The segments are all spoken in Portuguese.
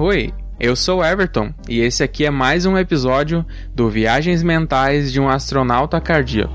Oi, eu sou o Everton e esse aqui é mais um episódio do Viagens Mentais de um Astronauta Cardíaco.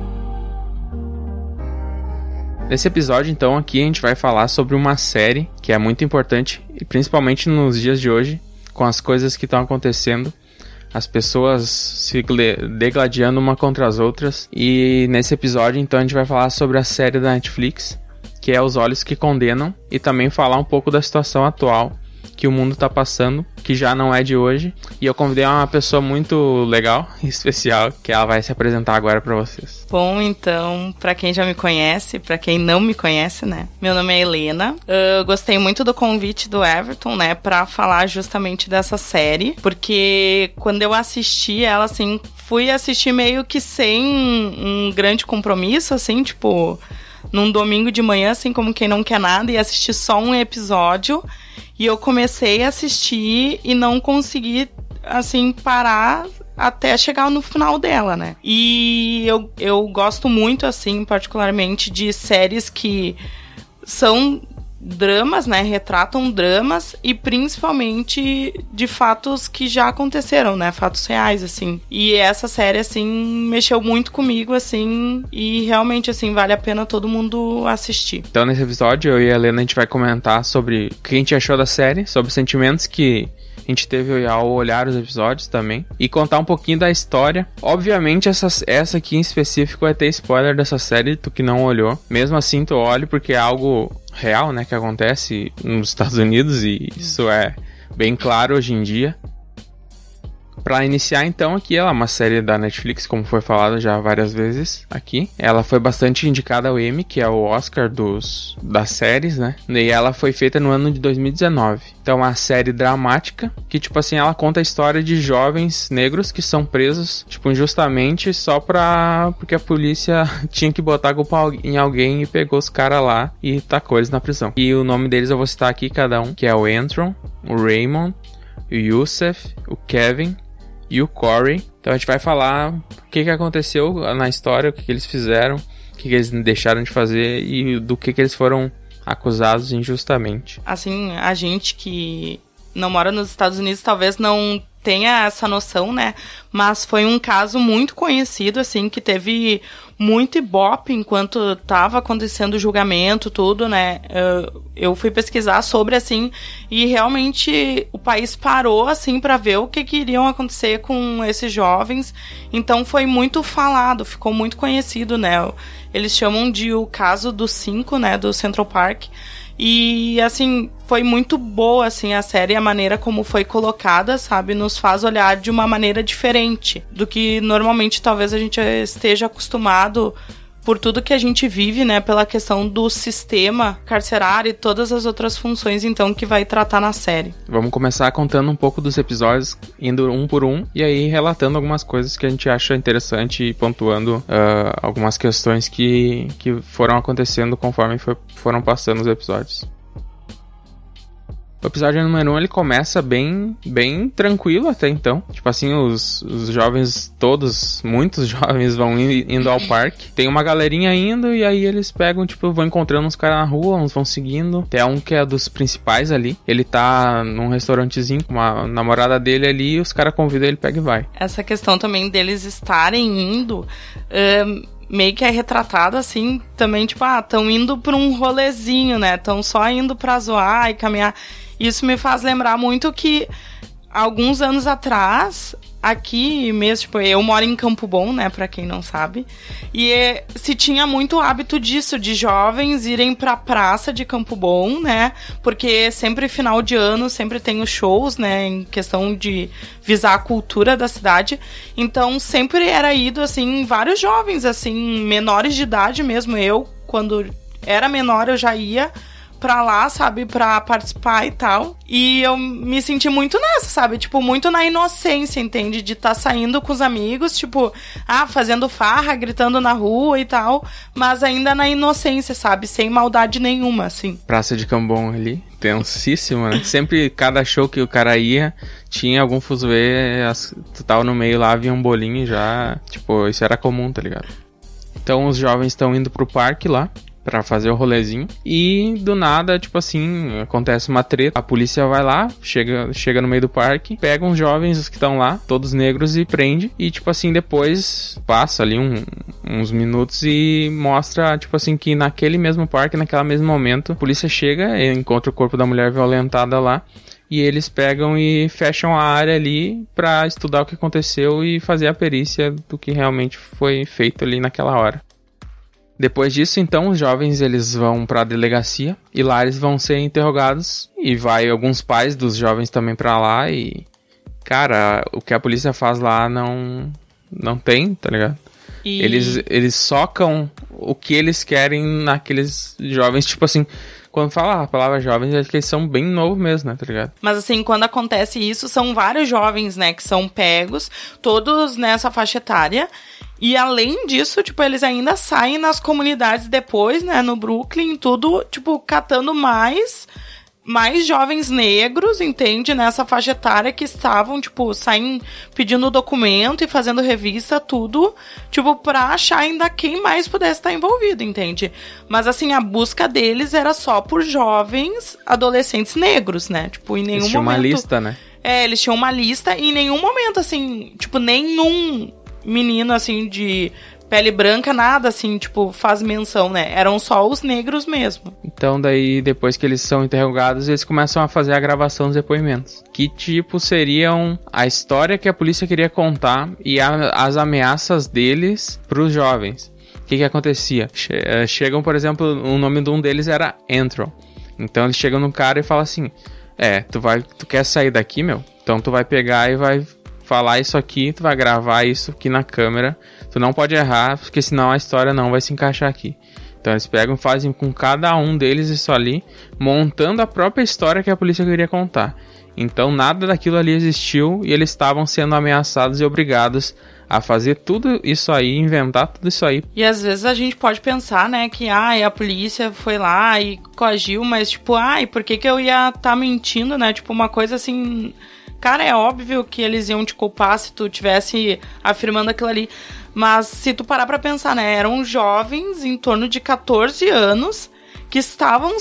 Nesse episódio, então, aqui a gente vai falar sobre uma série que é muito importante, e principalmente nos dias de hoje, com as coisas que estão acontecendo, as pessoas se degladiando uma contra as outras. E nesse episódio, então, a gente vai falar sobre a série da Netflix, que é Os Olhos que Condenam, e também falar um pouco da situação atual que o mundo tá passando, que já não é de hoje. E eu convidei uma pessoa muito legal e especial, que ela vai se apresentar agora pra vocês. Bom, então, pra quem já me conhece, pra quem não me conhece, né? Meu nome é Helena. Eu gostei muito do convite do Everton, né? Pra falar justamente dessa série. Porque quando eu assisti ela, assim, fui assistir meio que sem um grande compromisso, assim, tipo, num domingo de manhã, assim, como quem não quer nada, e assistir só um episódio. E eu comecei a assistir e não consegui, assim, parar até chegar no final dela, né? E eu gosto muito, assim, particularmente, de séries que são dramas, né? Retratam dramas e principalmente de fatos que já aconteceram, né? Fatos reais, assim. E essa série, assim, mexeu muito comigo, assim, e realmente, assim, vale a pena todo mundo assistir. Então, nesse episódio, eu e a Helena, a gente vai comentar sobre o que a gente achou da série, sobre os sentimentos que a gente teve ao olhar os episódios também, e contar um pouquinho da história. Obviamente, essa aqui em específico vai ter spoiler dessa série, tu que não olhou. Mesmo assim, tu olhe, porque é algo real, né, que acontece nos Estados Unidos, e isso é bem claro hoje em dia. Pra iniciar, então, aqui ela é uma série da Netflix, como foi falado já várias vezes aqui. Ela foi bastante indicada ao Emmy, que é o Oscar das séries, né? E ela foi feita no ano de 2019. Então, é uma série dramática, que, tipo assim, ela conta a história de jovens negros que são presos, tipo, injustamente, só porque a polícia tinha que botar a culpa em alguém e pegou os caras lá e tacou eles na prisão. E o nome deles eu vou citar aqui, cada um, que é o Antron, o Raymond, o Youssef, o Kevin e o Corey. Então a gente vai falar o que aconteceu na história, o que eles fizeram, o que eles deixaram de fazer e do que eles foram acusados injustamente. Assim, a gente que não mora nos Estados Unidos talvez não tenha essa noção, né? Mas foi um caso muito conhecido, assim, que teve muito ibope enquanto tava acontecendo o julgamento, tudo, né? Eu fui pesquisar sobre, assim, e realmente o país parou, assim, pra ver o que iriam acontecer com esses jovens. Então foi muito falado, ficou muito conhecido, né? Eles chamam de o caso dos 5, né? Do Central Park. E, assim, foi muito boa, assim, a série, a maneira como foi colocada, sabe? Nos faz olhar de uma maneira diferente do que normalmente talvez a gente esteja acostumado por tudo que a gente vive, né? Pela questão do sistema carcerário e todas as outras funções, então, que vai tratar na série. Vamos começar contando um pouco dos episódios, indo um por um, e aí relatando algumas coisas que a gente acha interessante e pontuando algumas questões que foram acontecendo conforme foram passando os episódios. O episódio número 1, ele começa bem tranquilo até então. Tipo assim, os jovens todos, muitos jovens vão indo ao parque. Tem uma galerinha indo e aí eles pegam, tipo, vão encontrando uns caras na rua, uns vão seguindo. Tem um que é dos principais ali. Ele tá num restaurantezinho com uma namorada dele ali e os caras convidam ele, pega e vai. Essa questão também deles estarem indo... meio que é retratado assim, também, tipo, estão indo pra um rolezinho, né? Estão só indo pra zoar e caminhar. Isso me faz lembrar muito que alguns anos atrás, aqui mesmo, tipo, eu moro em Campo Bom, né, pra quem não sabe, e se tinha muito hábito disso, de jovens irem pra praça de Campo Bom, né, porque sempre final de ano, sempre tem os shows, né, em questão de visar a cultura da cidade, então sempre era ido, assim, vários jovens, assim, menores de idade mesmo, eu, quando era menor, eu já ia pra lá, sabe, pra participar e tal. E eu me senti muito nessa, sabe, tipo, muito na inocência, entende? De estar saindo com os amigos, tipo, fazendo farra, gritando na rua e tal, mas ainda na inocência, sabe, sem maldade nenhuma, assim. Praça de Cambon ali, tensíssimo, né? Sempre, cada show que o cara ia, tinha algum fuzuê, tu tava no meio lá, havia um bolinho já, tipo, isso era comum, tá ligado? Então os jovens estão indo pro parque lá, pra fazer o rolezinho. E do nada, tipo assim, acontece uma treta. A polícia vai lá, chega no meio do parque, pega uns jovens que estão lá, todos negros, e prende. E tipo assim, depois passa ali uns minutos e mostra, tipo assim, que naquele mesmo parque, naquele mesmo momento, a polícia chega e encontra o corpo da mulher violentada lá. E eles pegam e fecham a área ali pra estudar o que aconteceu e fazer a perícia do que realmente foi feito ali naquela hora. Depois disso, então, os jovens eles vão pra delegacia e lá eles vão ser interrogados. E vai alguns pais dos jovens também pra lá e... Cara, o que a polícia faz lá não tem, tá ligado? E... Eles socam o que eles querem naqueles jovens, tipo assim... Quando fala a palavra jovens, é que eles são bem novos mesmo, né, tá ligado? Mas assim, quando acontece isso, são vários jovens, né, que são pegos, todos nessa faixa etária. E além disso, tipo, eles ainda saem nas comunidades depois, né, no Brooklyn, tudo, tipo, catando mais jovens negros, entende? Nessa faixa etária que estavam, tipo, saem pedindo documento e fazendo revista, tudo, tipo, pra achar ainda quem mais pudesse estar envolvido, entende? Mas, assim, a busca deles era só por jovens adolescentes negros, né? Tipo, em nenhum momento... Eles tinham uma lista, né? Eles tinham uma lista e em nenhum momento, assim, tipo, nenhum menino, assim, de... pele branca, nada assim, tipo, faz menção, né? Eram só os negros mesmo. Então, daí, depois que eles são interrogados, eles começam a fazer a gravação dos depoimentos. Que, tipo, seriam a história que a polícia queria contar e as ameaças deles pros jovens. O que acontecia? Chegam, por exemplo, o nome de um deles era Antron. Então, eles chegam no cara e falam assim, tu quer sair daqui, meu? Então, tu vai pegar e vai... falar isso aqui, tu vai gravar isso aqui na câmera, tu não pode errar, porque senão a história não vai se encaixar aqui. Então eles pegam e fazem com cada um deles isso ali, montando a própria história que a polícia queria contar. Então nada daquilo ali existiu e eles estavam sendo ameaçados e obrigados a fazer tudo isso aí, inventar tudo isso aí. E às vezes a gente pode pensar, né, que a polícia foi lá e coagiu, mas tipo, e por que eu ia estar mentindo, né? Tipo, uma coisa assim... Cara, é óbvio que eles iam te culpar se tu tivesse afirmando aquilo ali. Mas se tu parar pra pensar, né? Eram jovens em torno de 14 anos que estavam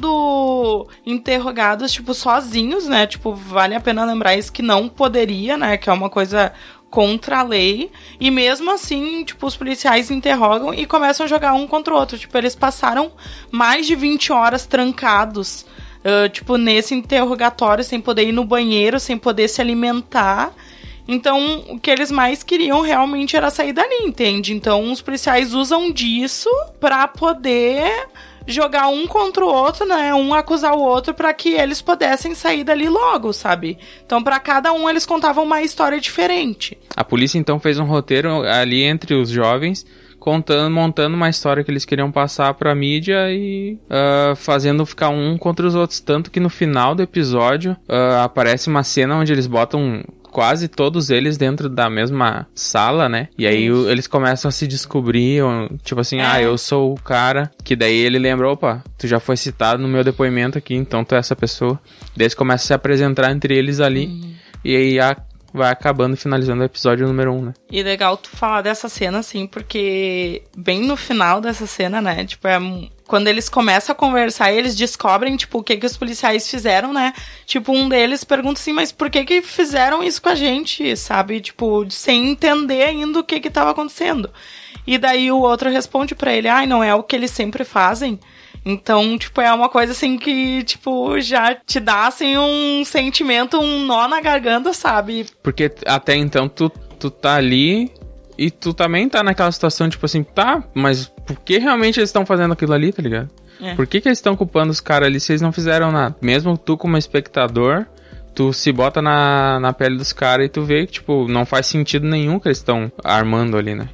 sendo interrogados, tipo, sozinhos, né? Tipo, vale a pena lembrar isso que não poderia, né? Que é uma coisa contra a lei. E mesmo assim, tipo, os policiais interrogam e começam a jogar um contra o outro. Tipo, eles passaram mais de 20 horas trancados. Tipo, nesse interrogatório, sem poder ir no banheiro, sem poder se alimentar. Então, o que eles mais queriam realmente era sair dali, entende? Então, os policiais usam disso pra poder jogar um contra o outro, né? Um acusar o outro pra que eles pudessem sair dali logo, sabe? Então, pra cada um, eles contavam uma história diferente. A polícia, então, fez um roteiro ali entre os jovens... montando uma história que eles queriam passar pra mídia e fazendo ficar um contra os outros. Tanto que no final do episódio aparece uma cena onde eles botam quase todos eles dentro da mesma sala, né? E aí eles começam a se descobrir, tipo assim, eu sou o cara. Que daí ele lembra, opa, tu já foi citado no meu depoimento aqui, então tu é essa pessoa. Daí eles começam a se apresentar entre eles ali. E aí vai acabando e finalizando o episódio número 1, né? E legal tu falar dessa cena, assim, porque bem no final dessa cena, né? Tipo, quando eles começam a conversar e eles descobrem, tipo, o que os policiais fizeram, né? Tipo, um deles pergunta assim, mas por que fizeram isso com a gente, sabe? Tipo, sem entender ainda o que tava acontecendo. E daí o outro responde pra ele, não é o que eles sempre fazem? Então, tipo, é uma coisa assim que, tipo, já te dá, assim, um sentimento, um nó na garganta, sabe? Porque até então tu tá ali e tu também tá naquela situação, tipo assim, tá, mas por que realmente eles estão fazendo aquilo ali, tá ligado? Por que eles estão culpando os caras ali se eles não fizeram nada? Mesmo tu como espectador, tu se bota na pele dos caras e tu vê que, tipo, não faz sentido nenhum que eles estão armando ali, né?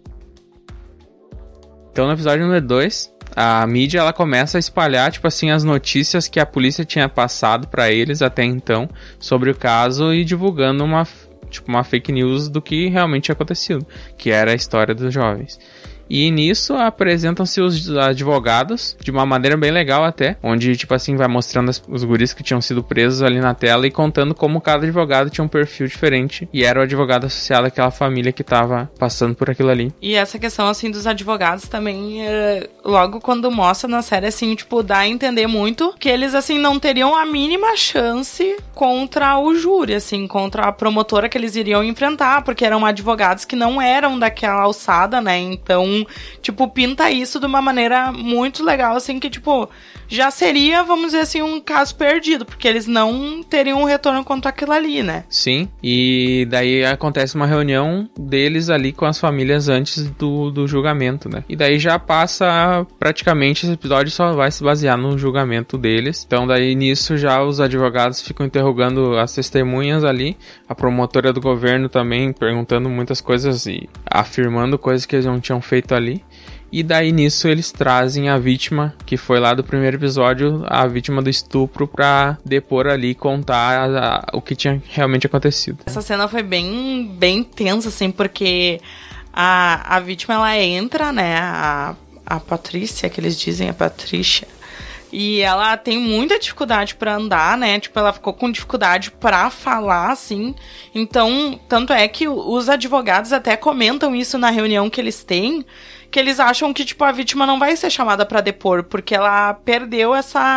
Então, no episódio número 2... a mídia, ela começa a espalhar, tipo assim, as notícias que a polícia tinha passado pra eles até então sobre o caso e divulgando uma fake news do que realmente tinha acontecido, que era a história dos jovens. E nisso apresentam-se os advogados de uma maneira bem legal até, onde, tipo assim, vai mostrando os guris que tinham sido presos ali na tela e contando como cada advogado tinha um perfil diferente e era o advogado associado àquela família que tava passando por aquilo ali. E essa questão, assim, dos advogados também, logo quando mostra na série, assim, tipo, dá a entender muito que eles, assim, não teriam a mínima chance contra o júri, assim, contra a promotora que eles iriam enfrentar, porque eram advogados que não eram daquela alçada, né? Então, tipo, pinta isso de uma maneira muito legal, assim, que, tipo, já seria, vamos dizer assim, um caso perdido, porque eles não teriam um retorno contra aquilo ali, né? Sim, e daí acontece uma reunião deles ali com as famílias antes do julgamento, né? E daí já passa, praticamente, esse episódio só vai se basear no julgamento deles. Então daí nisso já os advogados ficam interrogando as testemunhas ali, a promotora do governo também perguntando muitas coisas e afirmando coisas que eles não tinham feito ali. E daí nisso eles trazem a vítima, que foi lá do primeiro episódio, a vítima do estupro, pra depor ali e contar o que tinha realmente acontecido. Essa cena foi bem tensa, assim, porque a vítima, ela entra, né, a Patrícia, que eles dizem, a Patrícia, e ela tem muita dificuldade pra andar, né? Tipo, ela ficou com dificuldade pra falar, assim. Então, tanto é que os advogados até comentam isso na reunião que eles têm, que eles acham que, tipo, a vítima não vai ser chamada pra depor, porque ela perdeu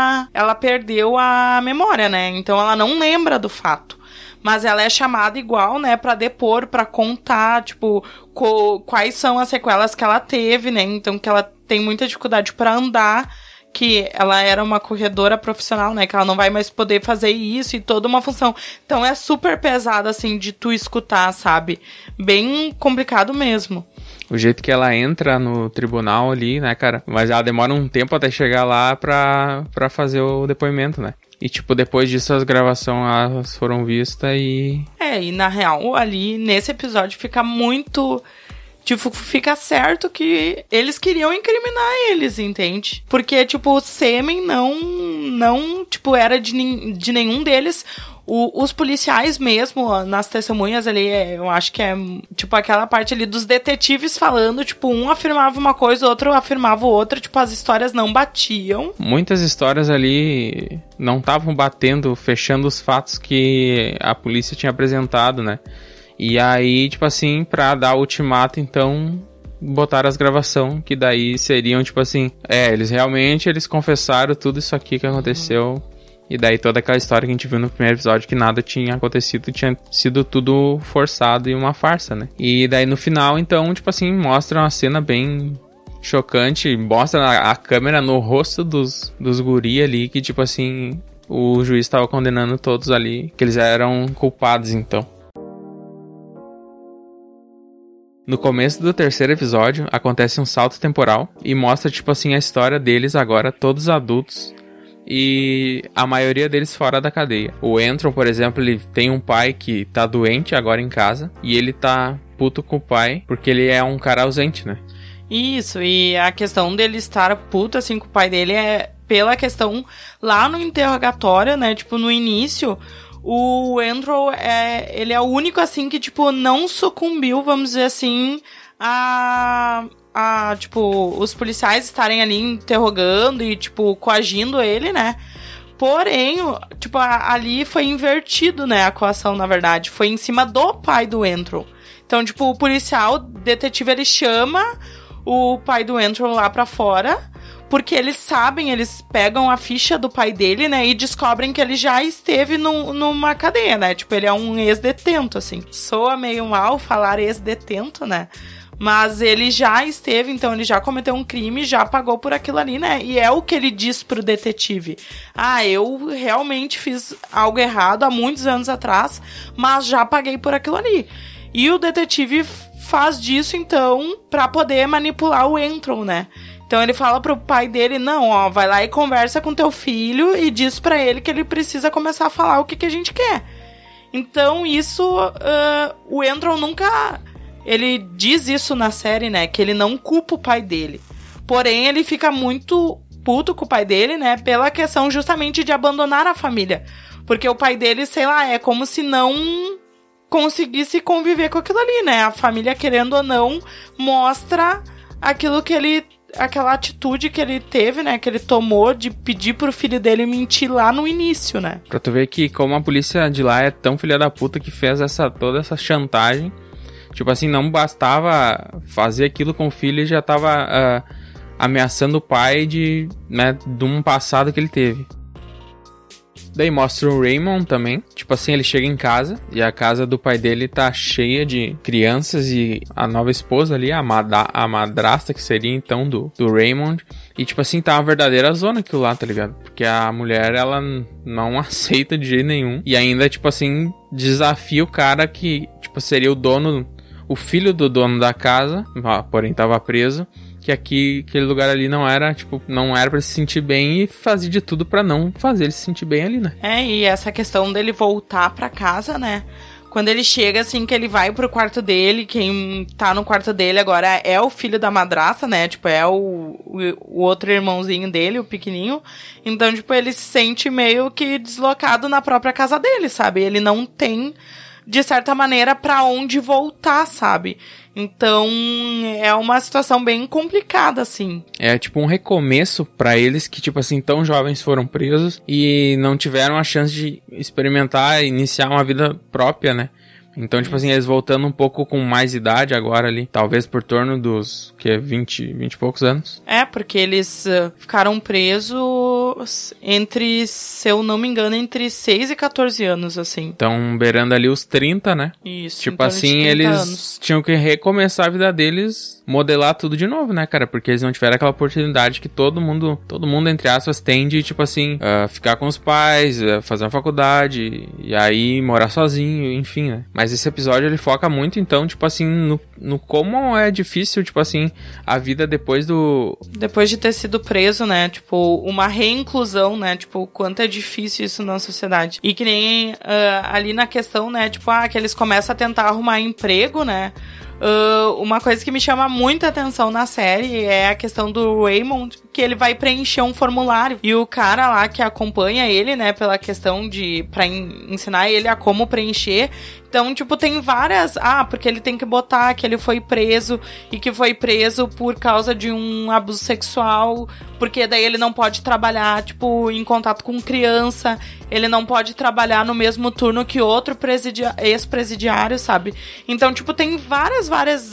a memória, né? Então, ela não lembra do fato. Mas ela é chamada igual, né, pra depor, pra contar, tipo, quais são as sequelas que ela teve, né? Então, que ela tem muita dificuldade pra andar, que ela era uma corredora profissional, né, que ela não vai mais poder fazer isso e toda uma função. Então é super pesado, assim, de tu escutar, sabe? Bem complicado mesmo. O jeito que ela entra no tribunal ali, né, cara? Mas ela demora um tempo até chegar lá pra fazer o depoimento, né? E, tipo, depois disso as gravações foram vistas e... E na real, ali, nesse episódio, fica muito... Tipo, fica certo que eles queriam incriminar eles, entende? Porque, tipo, o sêmen não tipo, era de nenhum deles. Os policiais mesmo, nas testemunhas ali, eu acho que é, tipo, aquela parte ali dos detetives falando, tipo, um afirmava uma coisa, o outro afirmava outra, tipo, as histórias não batiam. Muitas histórias ali não estavam batendo, fechando os fatos que a polícia tinha apresentado, né? E aí, tipo assim, pra dar ultimato, então, botaram as gravações, que daí seriam, tipo assim, eles confessaram tudo isso aqui que aconteceu. E daí toda aquela história que a gente viu no primeiro episódio, que nada tinha acontecido, tinha sido tudo forçado e uma farsa, né? E daí no final, então, tipo assim, mostra uma cena bem chocante, mostra a câmera no rosto dos guri ali, que tipo assim, o juiz tava condenando todos ali, que eles eram culpados, então. No começo do terceiro episódio, acontece um salto temporal e mostra, tipo assim, a história deles agora, todos adultos, e a maioria deles fora da cadeia. O Entron, por exemplo, ele tem um pai que tá doente agora em casa, e ele tá puto com o pai, porque ele é um cara ausente, né? Isso, e a questão dele estar puto, assim, com o pai dele é pela questão lá no interrogatório, né, tipo, no início... O Andrew, ele é o único, assim, que, tipo, não sucumbiu, vamos dizer assim, tipo, os policiais estarem ali interrogando e, tipo, coagindo ele, né? Porém, tipo, ali foi invertido, né, a coação, na verdade. Foi em cima do pai do Andrew. Então, tipo, o policial, detetive, ele chama o pai do Andrew lá pra fora... Porque eles sabem, eles pegam a ficha do pai dele, né? E descobrem que ele já esteve numa cadeia, né? Tipo, ele é um ex-detento, assim. Soa meio mal falar ex-detento, né? Mas ele já esteve, então ele já cometeu um crime, já pagou por aquilo ali, né? E é o que ele diz pro detetive. Eu realmente fiz algo errado há muitos anos atrás, mas já paguei por aquilo ali. E o detetive faz disso, então, pra poder manipular o Entron, né? Então ele fala pro pai dele, não, vai lá e conversa com teu filho e diz pra ele que ele precisa começar a falar o que a gente quer. Então isso, o Entron nunca... Ele diz isso na série, né, que ele não culpa o pai dele. Porém, ele fica muito puto com o pai dele, né, pela questão justamente de abandonar a família. Porque o pai dele, sei lá, é como se não conseguisse conviver com aquilo ali, né. A família, querendo ou não, mostra... aquilo que ele... aquela atitude que ele teve, né, que ele tomou de pedir pro filho dele mentir lá no início, né? Pra tu ver que como a polícia de lá é tão filha da puta que fez toda essa chantagem. Tipo assim, não bastava fazer aquilo com o filho e já tava ameaçando o pai de um passado que ele teve. Daí mostra o Raymond também. Tipo assim, ele chega em casa e a casa do pai dele tá cheia de crianças e a nova esposa ali, a madrasta que seria então do Raymond. E tipo assim, tá uma verdadeira zona aquilo lá, tá ligado? Porque a mulher, ela não aceita de jeito nenhum. E ainda, tipo assim, desafia o cara que, tipo, seria o filho do dono da casa, porém tava preso. Que aquele lugar ali não era pra ele se sentir bem e fazia de tudo pra não fazer ele se sentir bem ali, né? E essa questão dele voltar pra casa, né? Quando ele chega, assim, que ele vai pro quarto dele, quem tá no quarto dele agora é o filho da madrasta, né? Tipo, é o outro irmãozinho dele, o pequenininho. Então, tipo, ele se sente meio que deslocado na própria casa dele, sabe? Ele não tem, de certa maneira, pra onde voltar, sabe? Então, é uma situação bem complicada, assim. É tipo um recomeço pra eles que, tipo assim, tão jovens foram presos e não tiveram a chance de experimentar e iniciar uma vida própria, né? Então, tipo assim, eles voltando um pouco com mais idade agora ali, talvez por torno dos, 20 e poucos anos. Porque eles ficaram presos entre, se eu não me engano, entre 6 e 14 anos, assim. Então, beirando ali os 30, né? Isso. Tipo assim, eles tinham que recomeçar a vida deles, modelar tudo de novo, né, cara? Porque eles não tiveram aquela oportunidade que todo mundo, entre aspas, tem de, tipo assim, ficar com os pais, fazer uma faculdade, e aí morar sozinho, enfim, né? Mas esse episódio, ele foca muito, então, tipo assim, no como é difícil, tipo assim, a vida depois de ter sido preso, né? Tipo, uma reinclusão, né? Tipo, o quanto é difícil isso na sociedade. E que nem ali na questão, né? Tipo, que eles começam a tentar arrumar emprego, né? Uma coisa que me chama muita atenção na série é a questão do Raymond, que ele vai preencher um formulário. E o cara lá que acompanha ele, né, pela questão pra ensinar ele a como preencher. Então, tipo, tem várias... porque ele tem que botar que ele foi preso e que foi preso por causa de um abuso sexual, porque daí ele não pode trabalhar, tipo, em contato com criança, ele não pode trabalhar no mesmo turno que outro ex-presidiário, sabe? Então, tipo, tem várias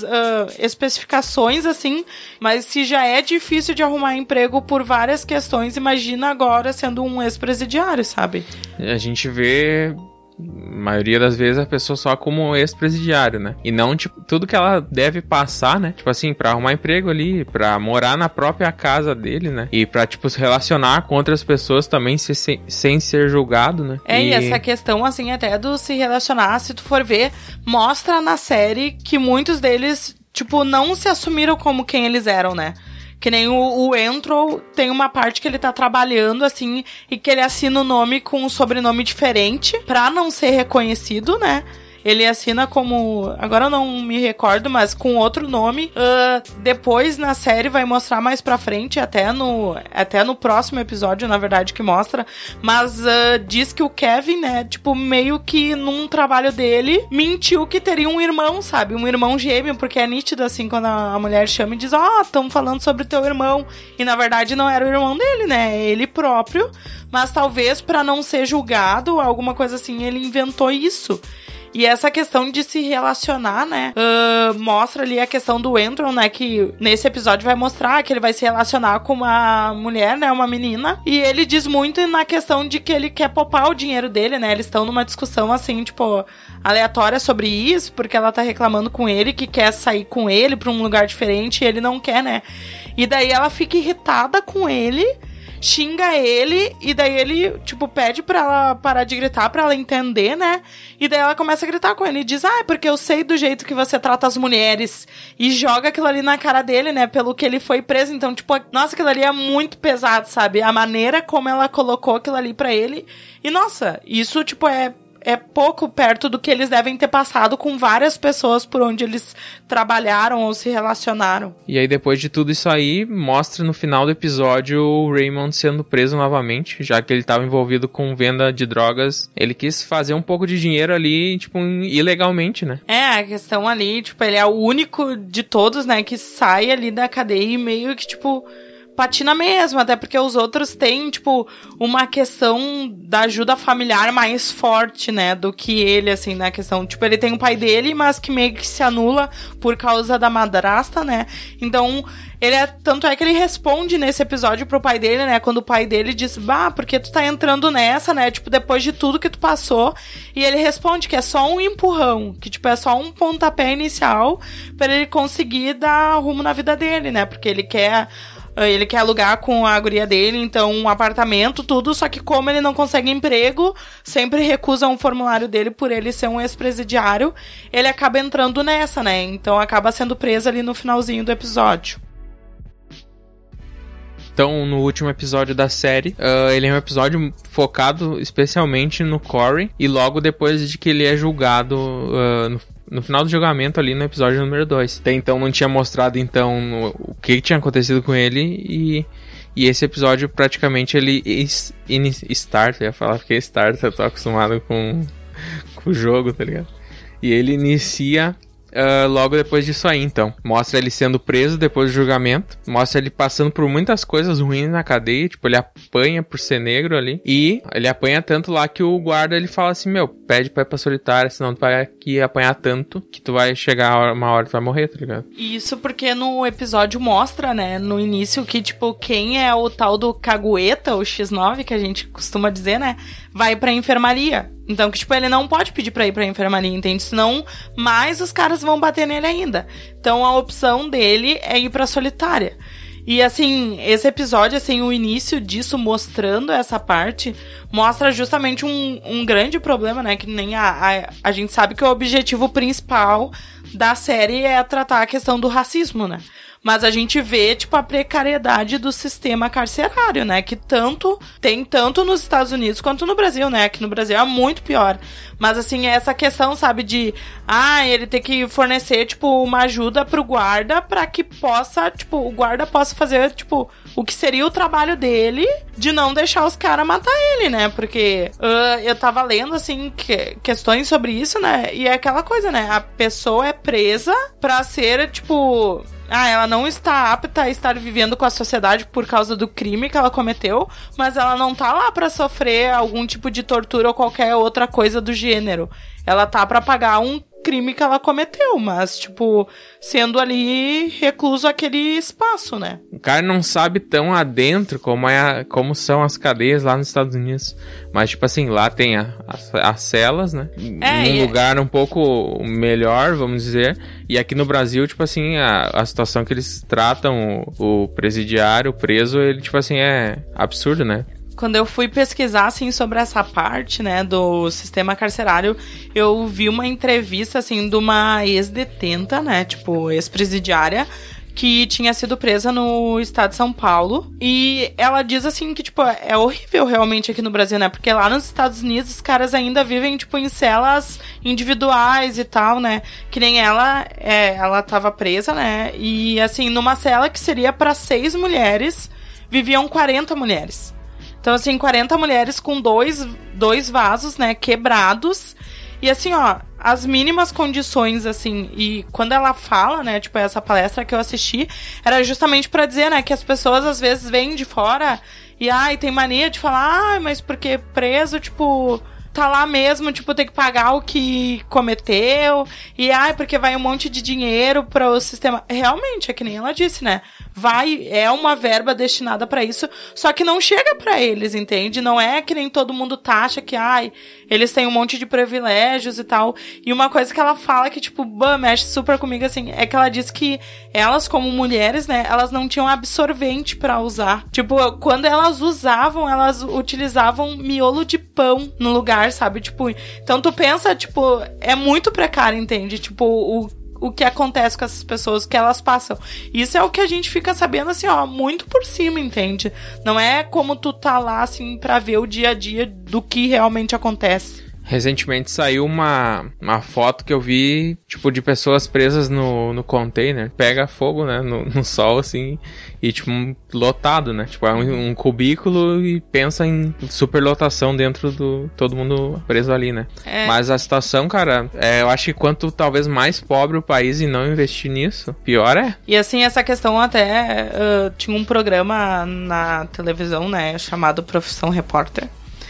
especificações, assim, mas se já é difícil de arrumar emprego por várias questões, imagina agora sendo um ex-presidiário, sabe? A gente vê... A maioria das vezes a pessoa só como ex-presidiário, né? E não, tipo, tudo que ela deve passar, né? Tipo assim, pra arrumar emprego ali, pra morar na própria casa dele, né? E pra, tipo, se relacionar com outras pessoas também sem ser julgado, né? E essa questão, assim, até do se relacionar, se tu for ver, mostra na série que muitos deles, tipo, não se assumiram como quem eles eram, né? Que nem o Andrew tem uma parte que ele tá trabalhando, assim, e que ele assina o nome com um sobrenome diferente pra não ser reconhecido, né? Ele assina como... Agora eu não me recordo, mas com outro nome. Depois, na série, vai mostrar mais pra frente, até no próximo episódio, na verdade, que mostra. Mas diz que o Kevin, né, tipo, meio que num trabalho dele, mentiu que teria um irmão, sabe? Um irmão gêmeo, porque é nítido, assim, quando a mulher chama e diz, tão falando sobre o teu irmão. E, na verdade, não era o irmão dele, né? É ele próprio. Mas talvez, pra não ser julgado, alguma coisa assim, ele inventou isso. E essa questão de se relacionar, né, mostra ali a questão do Andrew, né, que nesse episódio vai mostrar que ele vai se relacionar com uma mulher, né, uma menina, e ele diz muito na questão de que ele quer poupar o dinheiro dele, né, eles estão numa discussão, assim, tipo, aleatória sobre isso, porque ela tá reclamando com ele que quer sair com ele pra um lugar diferente e ele não quer, né, e daí ela fica irritada com ele, xinga ele, e daí ele, tipo, pede pra ela parar de gritar, pra ela entender, né? E daí ela começa a gritar com ele e diz, é porque eu sei do jeito que você trata as mulheres. E joga aquilo ali na cara dele, né? Pelo que ele foi preso. Então, tipo, nossa, aquilo ali é muito pesado, sabe? A maneira como ela colocou aquilo ali pra ele. E, nossa, isso, tipo, é é pouco perto do que eles devem ter passado com várias pessoas por onde eles trabalharam ou se relacionaram. E aí, depois de tudo isso aí, mostra no final do episódio o Raymond sendo preso novamente, já que ele estava envolvido com venda de drogas. Ele quis fazer um pouco de dinheiro ali, tipo, ilegalmente, né? A questão ali, tipo, ele é o único de todos, né, que sai ali da cadeia e meio que, tipo, patina mesmo, até porque os outros têm, tipo, uma questão da ajuda familiar mais forte, né, do que ele, assim, na questão, tipo, ele tem o pai dele, mas que meio que se anula por causa da madrasta, né, então, tanto é que ele responde nesse episódio pro pai dele, né, quando o pai dele diz, porque tu tá entrando nessa, né, tipo, depois de tudo que tu passou, e ele responde que é só um empurrão, que, tipo, é só um pontapé inicial pra ele conseguir dar rumo na vida dele, né, porque ele quer alugar com a guria dele, então um apartamento, tudo, só que como ele não consegue emprego, sempre recusa um formulário dele por ele ser um ex-presidiário, ele acaba entrando nessa, né, então acaba sendo preso ali no finalzinho do episódio. Então, no último episódio da série, ele é um episódio focado especialmente no Corey, e logo depois de que ele é julgado no final do julgamento ali no episódio número 2. Até então não tinha mostrado então o que tinha acontecido com ele, e esse episódio praticamente ele starta, eu ia falar porque starta, eu tô acostumado com o jogo, tá ligado? E ele inicia logo depois disso aí, então. Mostra ele sendo preso depois do julgamento. Mostra ele passando por muitas coisas ruins na cadeia. Tipo, ele apanha por ser negro ali. E ele apanha tanto lá que o guarda, ele fala assim, pede pra ir pra solitária, senão tu vai aqui apanhar tanto que tu vai chegar uma hora tu vai morrer, tá ligado? Isso porque no episódio mostra, né, no início que, tipo, quem é o tal do cagueta, o X9, que a gente costuma dizer, né, vai pra enfermaria. Então, que, tipo, ele não pode pedir pra ir pra enfermaria, entende? Senão, mais os caras vão bater nele ainda. Então, a opção dele é ir pra solitária. E, assim, esse episódio, assim, o início disso, mostrando essa parte, mostra justamente um grande problema, né? Que nem a gente sabe que o objetivo principal da série é tratar a questão do racismo, né? Mas a gente vê, tipo, a precariedade do sistema carcerário, né? Que tem tanto nos Estados Unidos quanto no Brasil, né? Aqui no Brasil é muito pior. Mas, assim, essa questão, sabe, de... ele ter que fornecer, tipo, uma ajuda pro guarda pra que possa, tipo, o guarda possa fazer, tipo, o que seria o trabalho dele de não deixar os caras matar ele, né? Porque eu tava lendo, assim, questões sobre isso, né? E é aquela coisa, né? A pessoa é presa pra ser, tipo... ela não está apta a estar vivendo com a sociedade por causa do crime que ela cometeu, mas ela não tá lá pra sofrer algum tipo de tortura ou qualquer outra coisa do gênero. Ela tá pra pagar um crime que ela cometeu, mas, tipo, sendo ali recluso aquele espaço, né? O cara não sabe tão adentro como são as cadeias lá nos Estados Unidos. Mas, tipo assim, lá tem as celas, né? Num lugar um pouco melhor, vamos dizer. E aqui no Brasil, tipo assim, a situação que eles tratam o presidiário, o preso, ele, tipo assim, é absurdo, né? Quando eu fui pesquisar, assim, sobre essa parte, né, do sistema carcerário, eu vi uma entrevista, assim, de uma ex-detenta, né, tipo, ex-presidiária, que tinha sido presa no estado de São Paulo. E ela diz, assim, que, tipo, é horrível realmente aqui no Brasil, né, porque lá nos Estados Unidos os caras ainda vivem, tipo, em celas individuais e tal, né, que nem ela tava presa, né, e, assim, numa cela que seria pra 6 mulheres, viviam 40 mulheres. Então, assim, 40 mulheres com dois vasos, né, quebrados. E, assim, as mínimas condições, assim, e quando ela fala, né, tipo, essa palestra que eu assisti, era justamente pra dizer, né, que as pessoas, às vezes, vêm de fora e, tem mania de falar, mas porque preso, tipo... tá lá mesmo, tipo, tem que pagar o que cometeu, e porque vai um monte de dinheiro para o sistema. Realmente, é que nem ela disse, né? É uma verba destinada para isso, só que não chega para eles, entende? Não é que nem todo mundo taxa que, eles têm um monte de privilégios e tal. E uma coisa que ela fala que, tipo, mexe super comigo, assim, é que ela diz que elas, como mulheres, né, elas não tinham absorvente para usar. Tipo, quando elas usavam, elas utilizavam miolo de pão no lugar, sabe? Tipo, então tu pensa, tipo, é muito precário, entende? Tipo, o que acontece com essas pessoas, o que elas passam. Isso é o que a gente fica sabendo, assim, muito por cima, entende? Não é como tu tá lá, assim, pra ver o dia a dia do que realmente acontece. Recentemente saiu uma foto que eu vi, tipo, de pessoas presas no container. Pega fogo, né, no sol, assim, e, tipo, lotado, né? Tipo, é um cubículo e pensa em superlotação dentro do... todo mundo preso ali, né? Mas a situação, cara, eu acho que quanto talvez mais pobre o país e não investir nisso, pior é. E, assim, essa questão até... tinha um programa na televisão, né, chamado Profissão Repórter,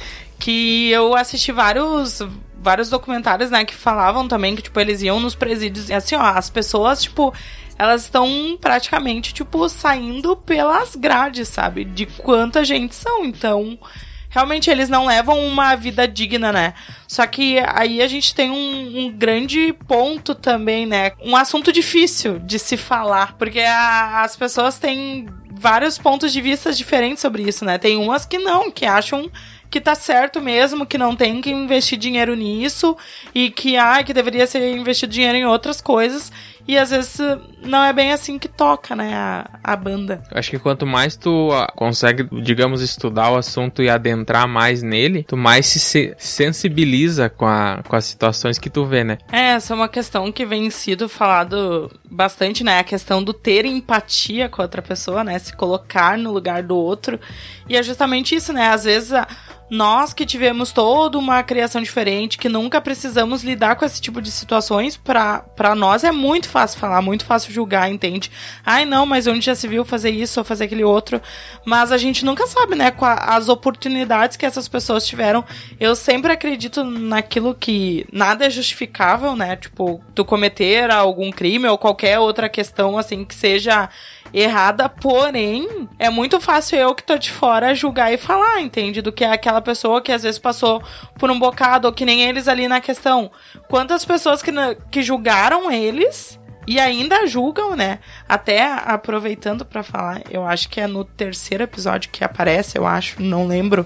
que eu assisti vários documentários, né, que falavam também que, tipo, eles iam nos presídios e, assim, ó, as pessoas, tipo, elas estão praticamente, tipo, saindo pelas grades, sabe, de quanta gente são. Então, realmente, eles não levam uma vida digna, né. Só que aí a gente tem um grande ponto também, né, um assunto difícil de se falar, porque as pessoas têm vários pontos de vista diferentes sobre isso, né. Tem umas que não, que acham que tá certo mesmo, que não tem que investir dinheiro nisso e que deveria ser investido dinheiro em outras coisas, e às vezes não é bem assim que toca, né, a banda. Acho que quanto mais tu consegue, digamos, estudar o assunto e adentrar mais nele, tu mais se sensibiliza com as situações que tu vê, né? Essa é uma questão que vem sido falado bastante, né, a questão do ter empatia com a outra pessoa, né, se colocar no lugar do outro, e é justamente isso, né, às vezes nós que tivemos toda uma criação diferente, que nunca precisamos lidar com esse tipo de situações, pra nós é muito fácil falar, muito fácil julgar, entende? Ai, não, mas onde já se viu fazer isso ou fazer aquele outro? Mas a gente nunca sabe, né, com as oportunidades que essas pessoas tiveram. Eu sempre acredito naquilo que nada é justificável, né? Tipo, tu cometer algum crime ou qualquer outra questão, assim, que seja errada, porém, é muito fácil eu que tô de fora julgar e falar, entende? Do que aquela pessoa que às vezes passou por um bocado, ou que nem eles ali na questão. Quantas pessoas que julgaram eles e ainda julgam, né? Até aproveitando pra falar, eu acho que é no 3º episódio que aparece, eu acho, não lembro,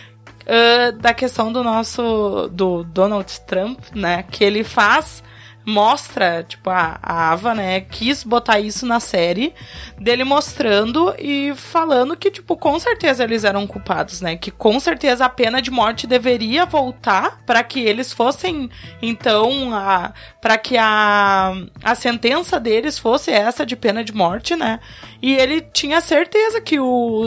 da questão do Donald Trump, né? Que ele mostra, tipo, a Ava, né, quis botar isso na série, dele mostrando e falando que, tipo, com certeza eles eram culpados, né, que com certeza a pena de morte deveria voltar para que eles fossem, então, para que a sentença deles fosse essa de pena de morte, né, e ele tinha certeza que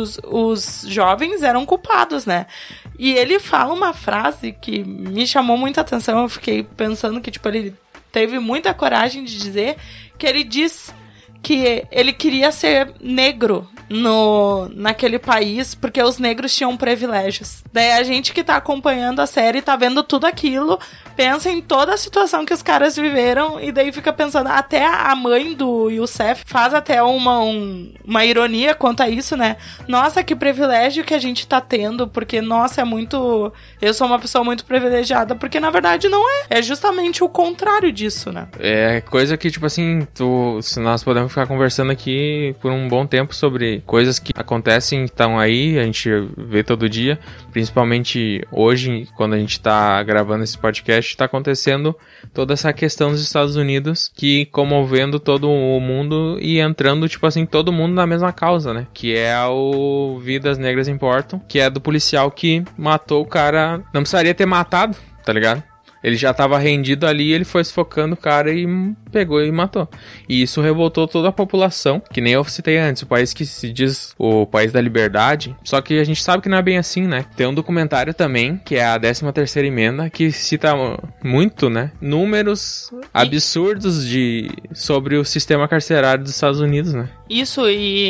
os jovens eram culpados, né. E ele fala uma frase que me chamou muita atenção, eu fiquei pensando que, tipo, ele teve muita coragem de dizer, que ele diz que ele queria ser negro naquele país, porque os negros tinham privilégios. Daí a gente que tá acompanhando a série, tá vendo tudo aquilo, pensa em toda a situação que os caras viveram, e daí fica pensando, até a mãe do Youssef faz até uma ironia quanto a isso, né? Nossa, que privilégio que a gente tá tendo, porque, nossa, eu sou uma pessoa muito privilegiada, porque na verdade não é justamente o contrário disso, né? É coisa que, tipo assim, se nós podemos ficar conversando aqui por um bom tempo sobre coisas que acontecem, estão aí, a gente vê todo dia, principalmente hoje, quando a gente tá gravando esse podcast, tá acontecendo toda essa questão dos Estados Unidos, que comovendo todo o mundo e entrando, tipo assim, todo mundo na mesma causa, né? Que é o Vidas Negras Importam, que é do policial que matou o cara, não precisaria ter matado, tá ligado? Ele já tava rendido ali, ele foi sufocando o cara e pegou e matou. E isso revoltou toda a população, que nem eu citei antes, o país que se diz o país da liberdade. Só que a gente sabe que não é bem assim, né? Tem um documentário também, que é a 13ª emenda, que cita muito, né? Números absurdos sobre o sistema carcerário dos Estados Unidos, né? Isso,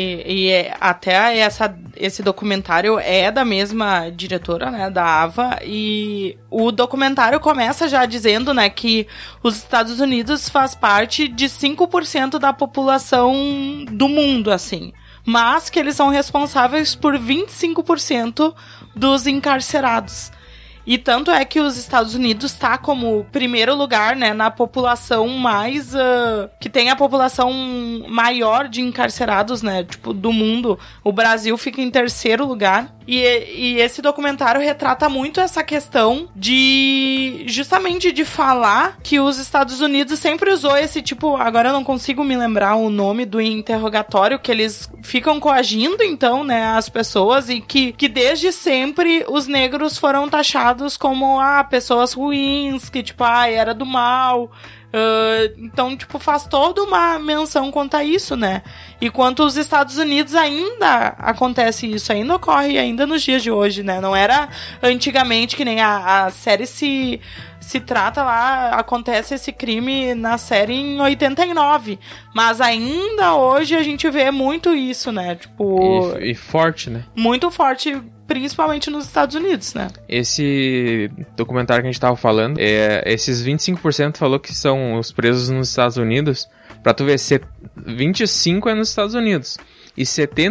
e até esse documentário é da mesma diretora, né, da Ava, e o documentário começa já dizendo, né, que os Estados Unidos faz parte de 5% da população do mundo, assim, mas que eles são responsáveis por 25% dos encarcerados. E tanto é que os Estados Unidos tá como primeiro lugar, né, na população mais... que tem a população maior de encarcerados, né, tipo, do mundo. O Brasil fica em 3º lugar. E esse documentário retrata muito essa questão justamente de falar que os Estados Unidos sempre usou esse tipo, agora eu não consigo me lembrar o nome do interrogatório, que eles ficam coagindo, então, né, as pessoas, e que desde sempre os negros foram taxados como, pessoas ruins, que, tipo, era do mal. Então, tipo, faz toda uma menção quanto a isso, né? E quanto os Estados Unidos ainda acontece isso, ainda ocorre, ainda nos dias de hoje, né? Não era antigamente que nem a série se trata lá, acontece esse crime na série em 89, mas ainda hoje a gente vê muito isso, né? Tipo... E forte, né? Muito forte, principalmente nos Estados Unidos, né? Esse documentário que a gente tava falando, esses 25% falou que são os presos nos Estados Unidos. Pra tu ver, 25% é nos Estados Unidos. E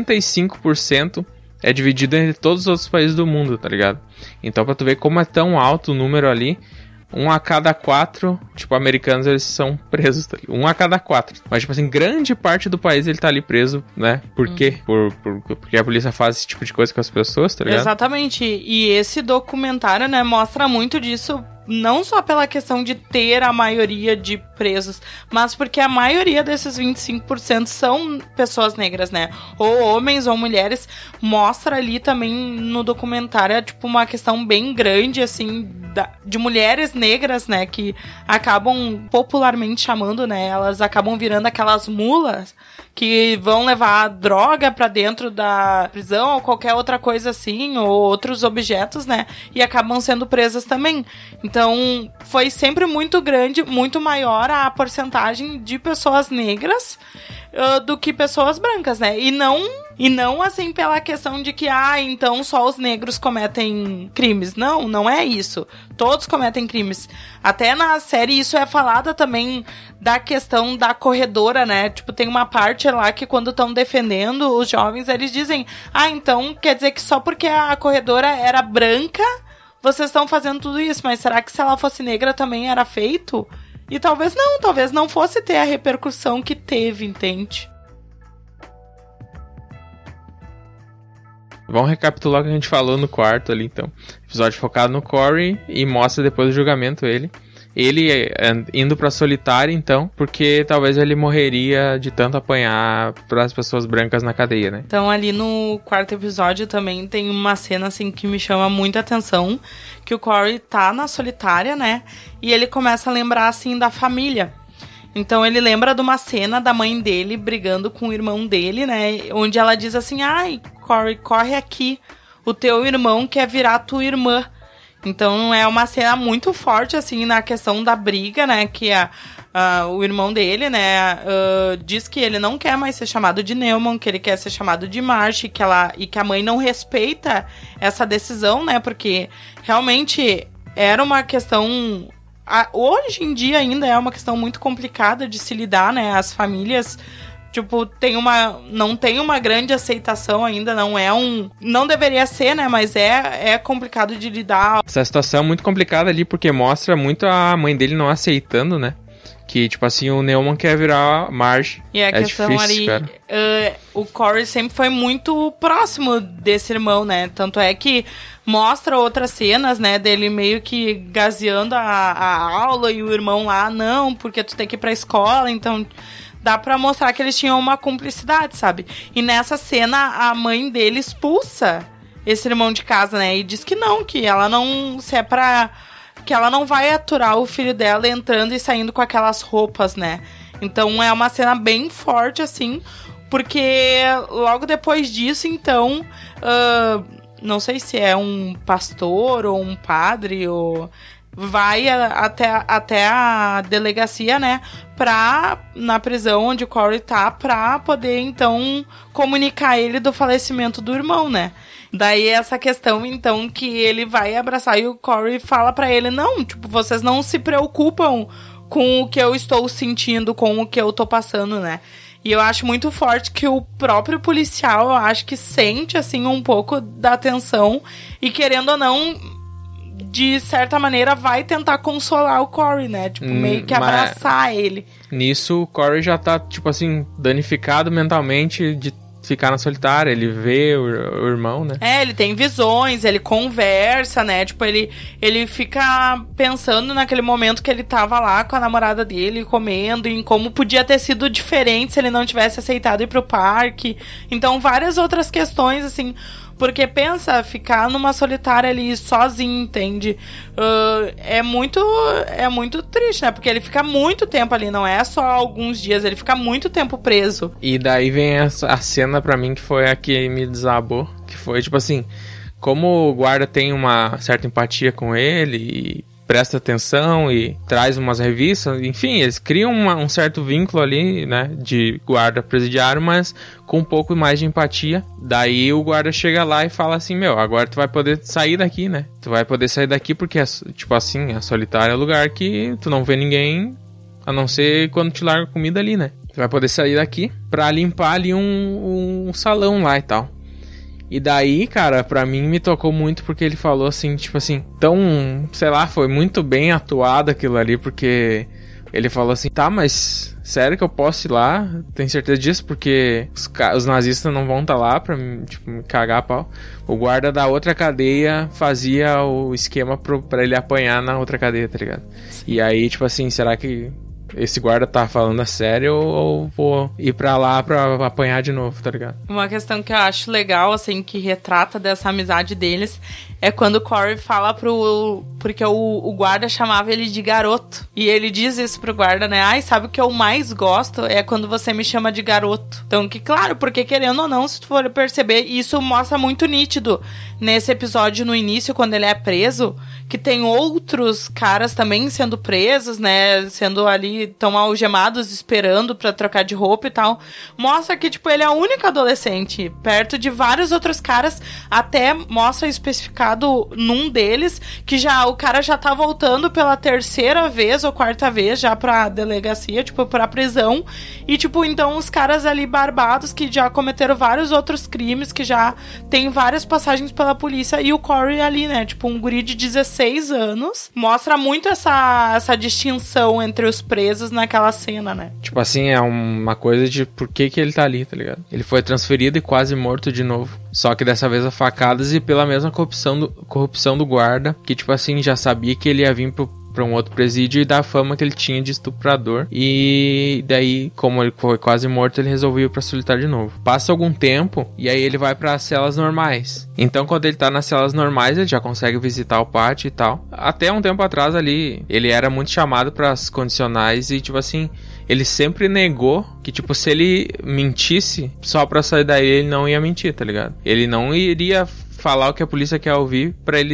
75% é dividido entre todos os outros países do mundo, tá ligado? Então pra tu ver como é tão alto o número ali, 1 a cada 4, tipo, americanos, eles são presos, tá ligado? 1 a cada 4. Mas, tipo assim, grande parte do país ele tá ali preso, né? Por quê? Porque a polícia faz esse tipo de coisa com as pessoas, tá ligado? Exatamente. E esse documentário, né, mostra muito disso, não só pela questão de ter a maioria de presos, mas porque a maioria desses 25% são pessoas negras, né? Ou homens ou mulheres. Mostra ali também no documentário, tipo, uma questão bem grande, assim, de mulheres negras, né? Que acabam popularmente chamando, né? Elas acabam virando aquelas mulas que vão levar droga pra dentro da prisão ou qualquer outra coisa assim, ou outros objetos, né? E acabam sendo presas também. Então, foi sempre muito grande, muito maior a porcentagem de pessoas negras do que pessoas brancas, né? E não assim pela questão de que, então só os negros cometem crimes. Não, não é isso. Todos cometem crimes. Até na série isso é falado também da questão da corredora, né? Tipo, tem uma parte lá que quando estão defendendo os jovens, eles dizem, então quer dizer que só porque a corredora era branca, vocês estão fazendo tudo isso. Mas será que se ela fosse negra também era feito? E talvez não fosse ter a repercussão que teve, entende? Vamos recapitular o que a gente falou no quarto ali, então. Episódio focado no Corey e mostra depois do julgamento ele indo pra solitária, então, porque talvez ele morreria de tanto apanhar pras pessoas brancas na cadeia, né? Então, ali no quarto episódio também tem uma cena, assim, que me chama muita atenção, que o Corey tá na solitária, né? E ele começa a lembrar, assim, da família. Então, ele lembra de uma cena da mãe dele brigando com o irmão dele, né? Onde ela diz assim, Corey, corre aqui, o teu irmão quer virar tua irmã. Então, é uma cena muito forte, assim, na questão da briga, né? Que o irmão dele, né, diz que ele não quer mais ser chamado de Neumann, que ele quer ser chamado de Marsh, e que a mãe não respeita essa decisão, né? Porque realmente era uma questão... Hoje em dia ainda é uma questão muito complicada de se lidar, né? As famílias... Tipo, não tem uma grande aceitação ainda, não deveria ser, né, mas é complicado de lidar. Essa situação é muito complicada ali, porque mostra muito a mãe dele não aceitando, né, que, tipo assim, o Neumann quer virar Marge. E a questão difícil, ali, o Corey sempre foi muito próximo desse irmão, né, tanto é que mostra outras cenas, né, dele meio que gazeando a aula e o irmão lá, não, porque tu tem que ir pra escola, então... Dá pra mostrar que eles tinham uma cumplicidade, sabe? E nessa cena, a mãe dele expulsa esse irmão de casa, né? E diz que não, que ela não... que ela não vai aturar o filho dela entrando e saindo com aquelas roupas, né? Então, é uma cena bem forte, assim, porque logo depois disso, então... não sei se é um pastor ou um padre ou... vai até a delegacia, né, na prisão onde o Corey tá, pra poder, então, comunicar ele do falecimento do irmão, né. Daí essa questão, então, que ele vai abraçar e o Corey fala pra ele, não, tipo, vocês não se preocupam com o que eu estou sentindo, com o que eu tô passando, né. E eu acho muito forte que o próprio policial, eu acho que sente, assim, um pouco da tensão e, querendo ou não... de certa maneira, vai tentar consolar o Corey, né? Tipo, meio que abraçar ele. Nisso, o Corey já tá, tipo assim, danificado mentalmente de ficar na solitária, ele vê o irmão, né? Ele tem visões, ele conversa, né? Tipo, ele fica pensando naquele momento que ele tava lá com a namorada dele, comendo, em como podia ter sido diferente se ele não tivesse aceitado ir pro parque. Então, várias outras questões, assim... Porque pensa, ficar numa solitária ali sozinho, entende? É muito triste, né? Porque ele fica muito tempo ali, não é só alguns dias, ele fica muito tempo preso. E daí vem a cena pra mim que foi a que me desabou, que foi tipo assim, como o guarda tem uma certa empatia com ele e presta atenção e traz umas revistas, enfim, eles criam um certo vínculo ali, né, de guarda presidiário, mas com um pouco mais de empatia. Daí o guarda chega lá e fala assim, agora tu vai poder sair daqui, né? Tu vai poder sair daqui porque, tipo assim, a solitária é o lugar que tu não vê ninguém, a não ser quando te larga comida ali, né? Tu vai poder sair daqui pra limpar ali um salão lá e tal. E daí, cara, pra mim me tocou muito porque ele falou assim, tipo assim, tão, sei lá, foi muito bem atuado aquilo ali, porque ele falou assim, tá, mas sério que eu posso ir lá? Tem certeza disso? Porque os nazistas não vão estar lá pra tipo, me cagar a pau. O guarda da outra cadeia fazia o esquema pra ele apanhar na outra cadeia, tá ligado? E aí, tipo assim, será que esse guarda tá falando a sério ou vou ir pra lá pra apanhar de novo, tá ligado? Uma questão que eu acho legal, assim, que retrata dessa amizade deles é quando o Corey fala porque o guarda chamava ele de garoto. E ele diz isso pro guarda, né? Ai, sabe o que eu mais gosto? É quando você me chama de garoto. Então, que claro, porque querendo ou não, se tu for perceber, isso mostra muito nítido nesse episódio no início, quando ele é preso, que tem outros caras também sendo presos, né? Sendo ali, tão algemados, esperando pra trocar de roupa e tal. Mostra que, tipo, ele é o único adolescente, perto de vários outros caras, até mostra especificado num deles, que já o cara já tá voltando pela terceira vez ou quarta vez já pra delegacia, tipo, pra prisão, e tipo, então os caras ali barbados que já cometeram vários outros crimes, que já tem várias passagens pela polícia, e o Corey ali, né, tipo, um guri de 16 anos, mostra muito essa distinção entre os presos naquela cena, né. Tipo assim, é uma coisa de por que ele tá ali, tá ligado? Ele foi transferido e quase morto de novo. Só que dessa vez a facadas e pela mesma corrupção do guarda, que tipo assim, já sabia que ele ia vir pra um outro presídio e da fama que ele tinha de estuprador. E daí, como ele foi quase morto, ele resolveu ir pra solitário de novo. Passa algum tempo e aí ele vai pras celas normais. Então, quando ele tá nas celas normais, ele já consegue visitar o pátio e tal. Até um tempo atrás ali, ele era muito chamado pras condicionais e tipo assim, ele sempre negou que, tipo, se ele mentisse só pra sair daí, ele não ia mentir, tá ligado? Ele não iria falar o que a polícia quer ouvir pra ele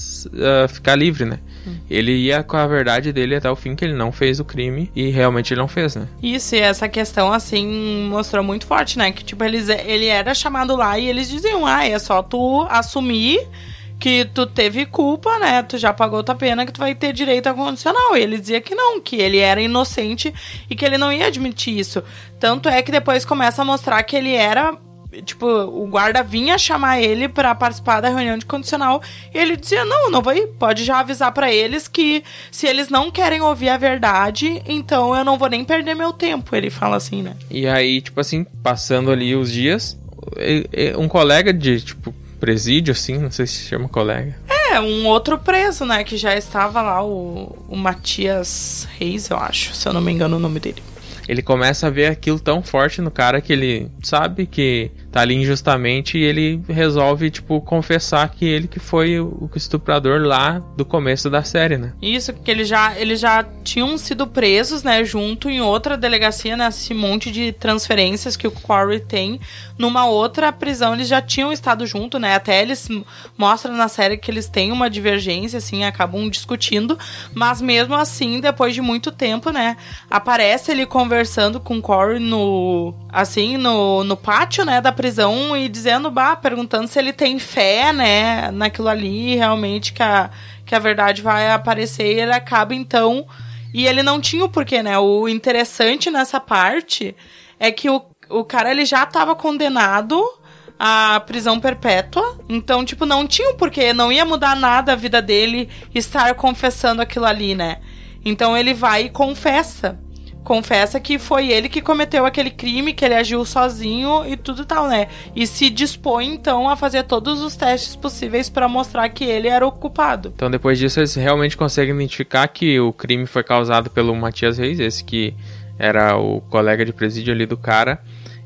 ficar livre, né? Ele ia com a verdade dele até o fim, que ele não fez o crime e realmente ele não fez, né? Isso, e essa questão, assim, mostrou muito forte, né? Que, tipo, ele era chamado lá e eles diziam, é só tu assumir que tu teve culpa, né? Tu já pagou tua pena, que tu vai ter direito a condicional. E ele dizia que não, que ele era inocente e que ele não ia admitir isso. Tanto é que depois começa a mostrar que ele era... Tipo, o guarda vinha chamar ele pra participar da reunião de condicional e ele dizia, não vou ir, pode já avisar pra eles que se eles não querem ouvir a verdade, então eu não vou nem perder meu tempo, ele fala assim, né? E aí, tipo assim, passando ali os dias, um colega de, tipo, presídio, assim, não sei se chama colega. Um outro preso, né, que já estava lá, o Matias Reis, eu acho, se eu não me engano o nome dele. Ele começa a ver aquilo tão forte no cara que ele sabe que tá ali injustamente e ele resolve, tipo, confessar que ele que foi o estuprador lá do começo da série, né? Isso, porque eles já tinham sido presos, né, junto em outra delegacia, nesse monte de transferências que o Corey tem. Numa outra prisão eles já tinham estado junto, né? Até eles mostram na série que eles têm uma divergência, assim, acabam discutindo. Mas mesmo assim, depois de muito tempo, né, aparece ele conversando com o Corey no pátio, né, da prisão e dizendo, perguntando se ele tem fé, né, naquilo ali, realmente que a verdade vai aparecer, e ele acaba então, e ele não tinha o porquê, né, o interessante nessa parte é que o cara, ele já estava condenado à prisão perpétua, então, tipo, não tinha o porquê, não ia mudar nada a vida dele estar confessando aquilo ali, né, então ele vai e confessa. confessa que foi ele que cometeu aquele crime, que ele agiu sozinho e tudo tal, né? E se dispõe, então, a fazer todos os testes possíveis pra mostrar que ele era o culpado. Então, depois disso, eles realmente conseguem identificar que o crime foi causado pelo Matias Reis, esse que era o colega de presídio ali do cara.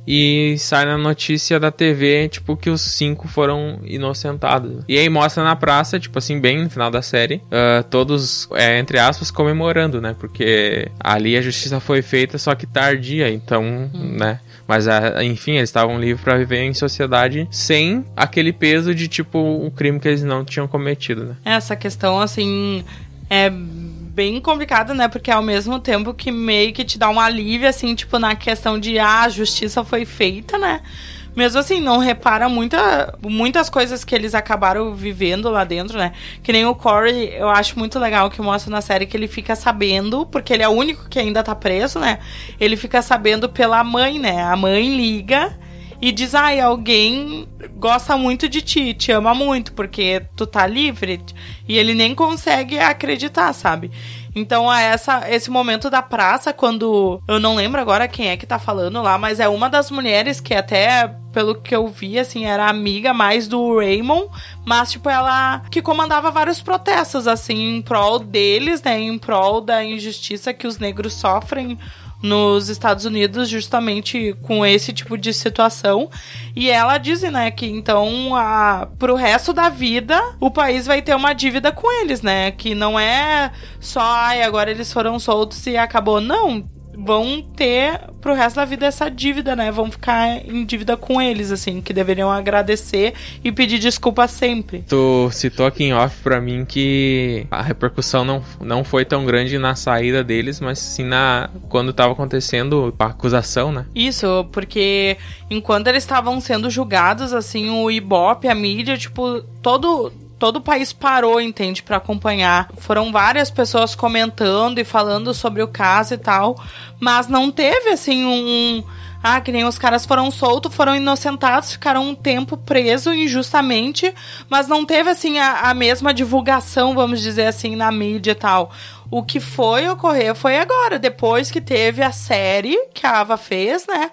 E sai na notícia da TV, tipo, que os 5 foram inocentados. E aí mostra na praça, tipo assim, bem no final da série, todos, entre aspas, comemorando, né? Porque ali a justiça foi feita, só que tardia, então, né? Mas, enfim, eles estavam livres pra viver em sociedade sem aquele peso de, tipo, o crime que eles não tinham cometido, né? Essa questão, assim, é bem complicado, né? Porque ao mesmo tempo que meio que te dá um alívio, assim, tipo, na questão de a justiça foi feita, né? Mesmo assim, não repara muitas coisas que eles acabaram vivendo lá dentro, né? Que nem o Corey, eu acho muito legal que mostra na série que ele fica sabendo, porque ele é o único que ainda tá preso, né? Ele fica sabendo pela mãe, né? A mãe liga e diz, alguém gosta muito de ti, te ama muito, porque tu tá livre. E ele nem consegue acreditar, sabe? Então, esse momento da praça, quando... Eu não lembro agora quem é que tá falando lá, mas é uma das mulheres que até, pelo que eu vi, assim, era amiga mais do Raymond, mas, tipo, ela que comandava vários protestos, assim, em prol deles, né? Em prol da injustiça que os negros sofrem nos Estados Unidos, justamente com esse tipo de situação. E ela diz, né, que então pro resto da vida o país vai ter uma dívida com eles, né, que não é só agora eles foram soltos e acabou, não, vão ter pro resto da vida essa dívida, né? Vão ficar em dívida com eles, assim, que deveriam agradecer e pedir desculpa sempre. Tu citou aqui em off pra mim que a repercussão não foi tão grande na saída deles, mas sim quando tava acontecendo a acusação, né? Isso, porque enquanto eles estavam sendo julgados, assim, o Ibope, a mídia, tipo, todo o país parou, entende, pra acompanhar. Foram várias pessoas comentando e falando sobre o caso e tal, mas não teve, assim, que nem os caras foram soltos, foram inocentados, ficaram um tempo presos injustamente, mas não teve, assim, a mesma divulgação, vamos dizer assim, na mídia e tal. O que foi ocorrer foi agora, depois que teve a série que a Ava fez, né?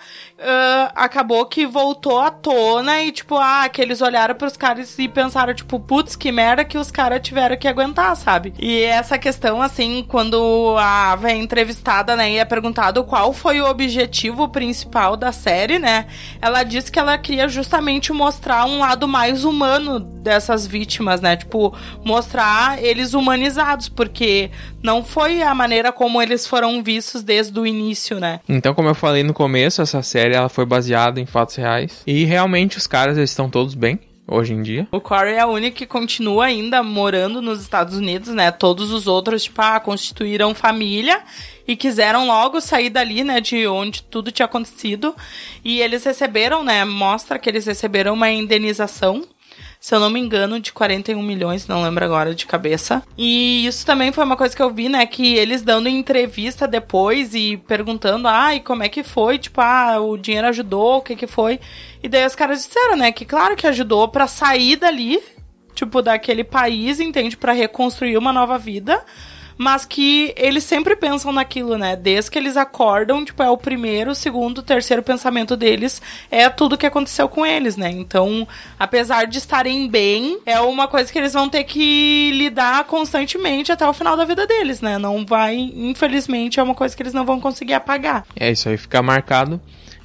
Acabou que voltou à tona e, tipo, que eles olharam pros caras e pensaram, tipo, putz, que merda que os caras tiveram que aguentar, sabe? E essa questão, assim, quando a Ava é entrevistada, né, e é perguntado qual foi o objetivo principal da série, né? Ela disse que ela queria justamente mostrar um lado mais humano dessas vítimas, né? Tipo, mostrar eles humanizados, porque não foi a maneira como eles foram vistos desde o início, né? Então, como eu falei no começo, essa série ela foi baseada em fatos reais. E realmente os caras eles estão todos bem hoje em dia. O Corey é o único que continua ainda morando nos Estados Unidos, né? Todos os outros, tipo, constituíram família e quiseram logo sair dali, né? De onde tudo tinha acontecido. E eles receberam, né? Mostra que eles receberam uma indenização, se eu não me engano, de 41 milhões, não lembro agora de cabeça. E isso também foi uma coisa que eu vi, né, que eles dando entrevista depois e perguntando, e como é que foi? Tipo, o dinheiro ajudou, o que foi? E daí os caras disseram, né, que claro que ajudou pra sair dali, tipo, daquele país, entende? Pra reconstruir uma nova vida. Mas que eles sempre pensam naquilo, né? Desde que eles acordam, tipo, é o primeiro, o segundo, o terceiro pensamento deles é tudo que aconteceu com eles, né? Então, apesar de estarem bem, é uma coisa que eles vão ter que lidar constantemente até o final da vida deles, né? Não vai, infelizmente, é uma coisa que eles não vão conseguir apagar. É, isso aí fica marcado.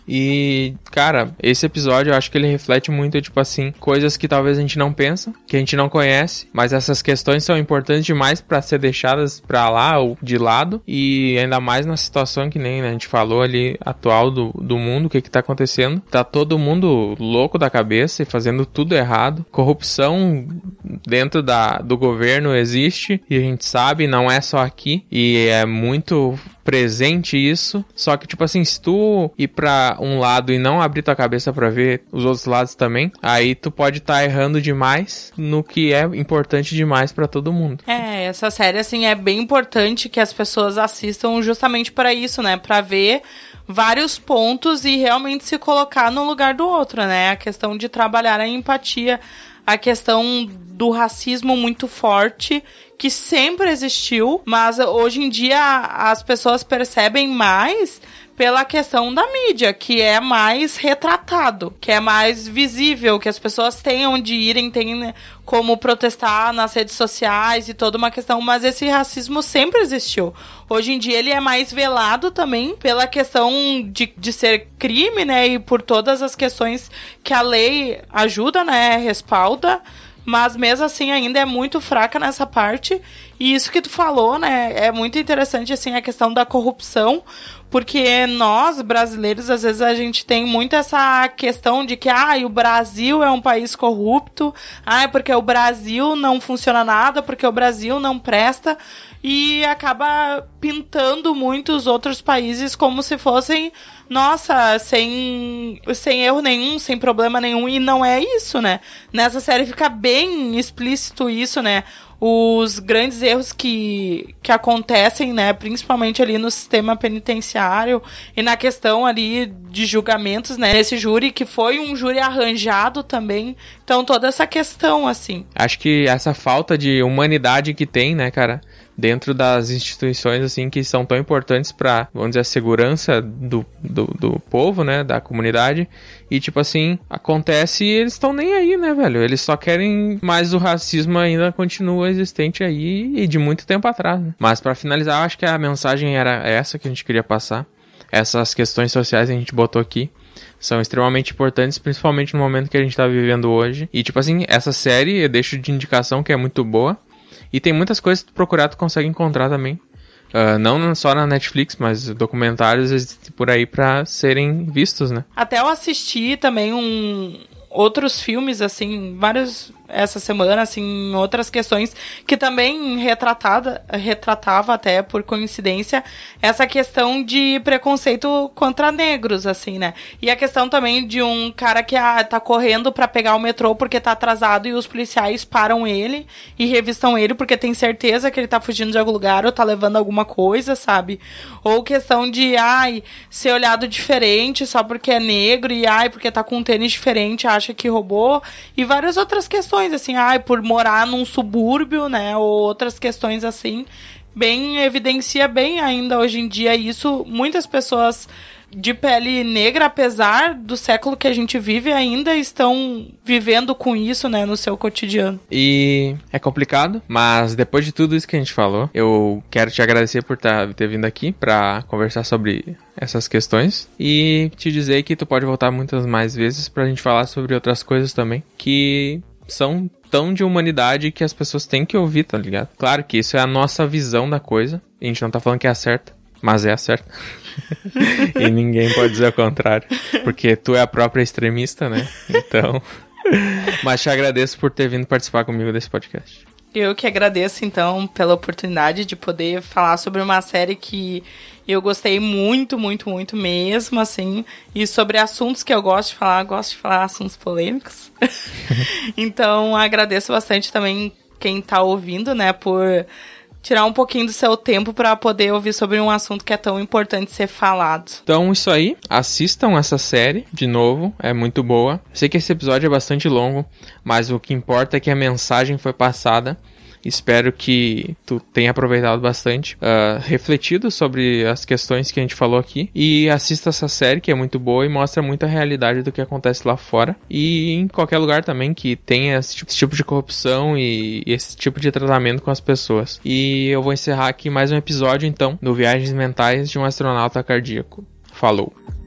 E, cara, esse episódio eu acho que ele reflete muito, tipo assim, coisas que talvez a gente não pensa, que a gente não conhece, mas essas questões são importantes demais pra ser deixadas pra lá ou de lado, e ainda mais na situação que nem a gente falou ali, atual do mundo, o que tá acontecendo. Tá todo mundo louco da cabeça e fazendo tudo errado. Corrupção dentro do governo existe, e a gente sabe, não é só aqui, e é muito presente isso, só que tipo assim, se tu ir pra um lado e não abrir tua cabeça pra ver os outros lados também, aí tu pode estar errando demais no que é importante demais pra todo mundo. Essa série assim é bem importante que as pessoas assistam justamente para isso, né, pra ver vários pontos e realmente se colocar no lugar do outro, né, a questão de trabalhar a empatia, a questão do racismo muito forte, que sempre existiu, mas hoje em dia as pessoas percebem mais pela questão da mídia, que é mais retratado, que é mais visível, que as pessoas têm onde irem, têm como protestar nas redes sociais e toda uma questão, mas esse racismo sempre existiu. Hoje em dia ele é mais velado também pela questão de ser crime, né, e por todas as questões que a lei ajuda, né, respalda, mas mesmo assim ainda é muito fraca nessa parte. E isso que tu falou, né, é muito interessante, assim, a questão da corrupção, porque nós, brasileiros, às vezes a gente tem muito essa questão de que, o Brasil é um país corrupto, porque o Brasil não funciona nada, porque o Brasil não presta, e acaba pintando muito os outros países como se fossem, nossa, sem erro nenhum, sem problema nenhum, e não é isso, né? Nessa série fica bem explícito isso, né? Os grandes erros que acontecem, né, principalmente ali no sistema penitenciário e na questão ali de julgamentos, né, nesse júri, que foi um júri arranjado também. Então, toda essa questão, assim. Acho que essa falta de humanidade que tem, né, cara, dentro das instituições, assim, que são tão importantes pra, vamos dizer, a segurança do povo, né, da comunidade, e, tipo assim, acontece e eles estão nem aí, né, velho? Eles só querem, mas o racismo ainda continua existente aí e de muito tempo atrás, né? Mas pra finalizar, eu acho que a mensagem era essa que a gente queria passar. Essas questões sociais que a gente botou aqui são extremamente importantes, principalmente no momento que a gente tá vivendo hoje. E, tipo assim, essa série eu deixo de indicação que é muito boa. E tem muitas coisas que tu procurar, tu consegue encontrar também. Não só na Netflix, mas documentários existem por aí pra serem vistos, né? Até eu assisti também outros filmes, assim, vários essa semana, assim, outras questões que também retratava até por coincidência essa questão de preconceito contra negros, assim, né? E a questão também de um cara que tá correndo pra pegar o metrô porque tá atrasado e os policiais param ele e revistam ele porque tem certeza que ele tá fugindo de algum lugar ou tá levando alguma coisa, sabe? Ou questão de, ser olhado diferente só porque é negro e, porque tá com um tênis diferente, acha que roubou, e várias outras questões, assim, por morar num subúrbio, né, ou outras questões assim, evidencia bem ainda hoje em dia isso. Muitas pessoas de pele negra, apesar do século que a gente vive, ainda estão vivendo com isso, né, no seu cotidiano. E é complicado, mas depois de tudo isso que a gente falou, eu quero te agradecer por ter vindo aqui pra conversar sobre essas questões e te dizer que tu pode voltar muitas mais vezes pra gente falar sobre outras coisas também, que são tão de humanidade que as pessoas têm que ouvir, tá ligado? Claro que isso é a nossa visão da coisa, a gente não tá falando que é a certa, mas é a certa. E ninguém pode dizer o contrário, porque tu é a própria extremista, né? Então, mas te agradeço por ter vindo participar comigo desse podcast. Eu que agradeço, então, pela oportunidade de poder falar sobre uma série que eu gostei muito, muito, muito mesmo, assim, e sobre assuntos que eu gosto de falar assuntos polêmicos. Então, agradeço bastante também quem tá ouvindo, né, por tirar um pouquinho do seu tempo para poder ouvir sobre um assunto que é tão importante ser falado. Então, isso aí. Assistam essa série de novo. É muito boa. Sei que esse episódio é bastante longo, mas o que importa é que a mensagem foi passada. Espero que tu tenha aproveitado bastante, refletido sobre as questões que a gente falou aqui, e assista essa série que é muito boa e mostra muito a realidade do que acontece lá fora e em qualquer lugar também que tenha esse tipo de corrupção e esse tipo de tratamento com as pessoas. E eu vou encerrar aqui mais um episódio então do Viagens Mentais de um Astronauta Cardíaco. Falou!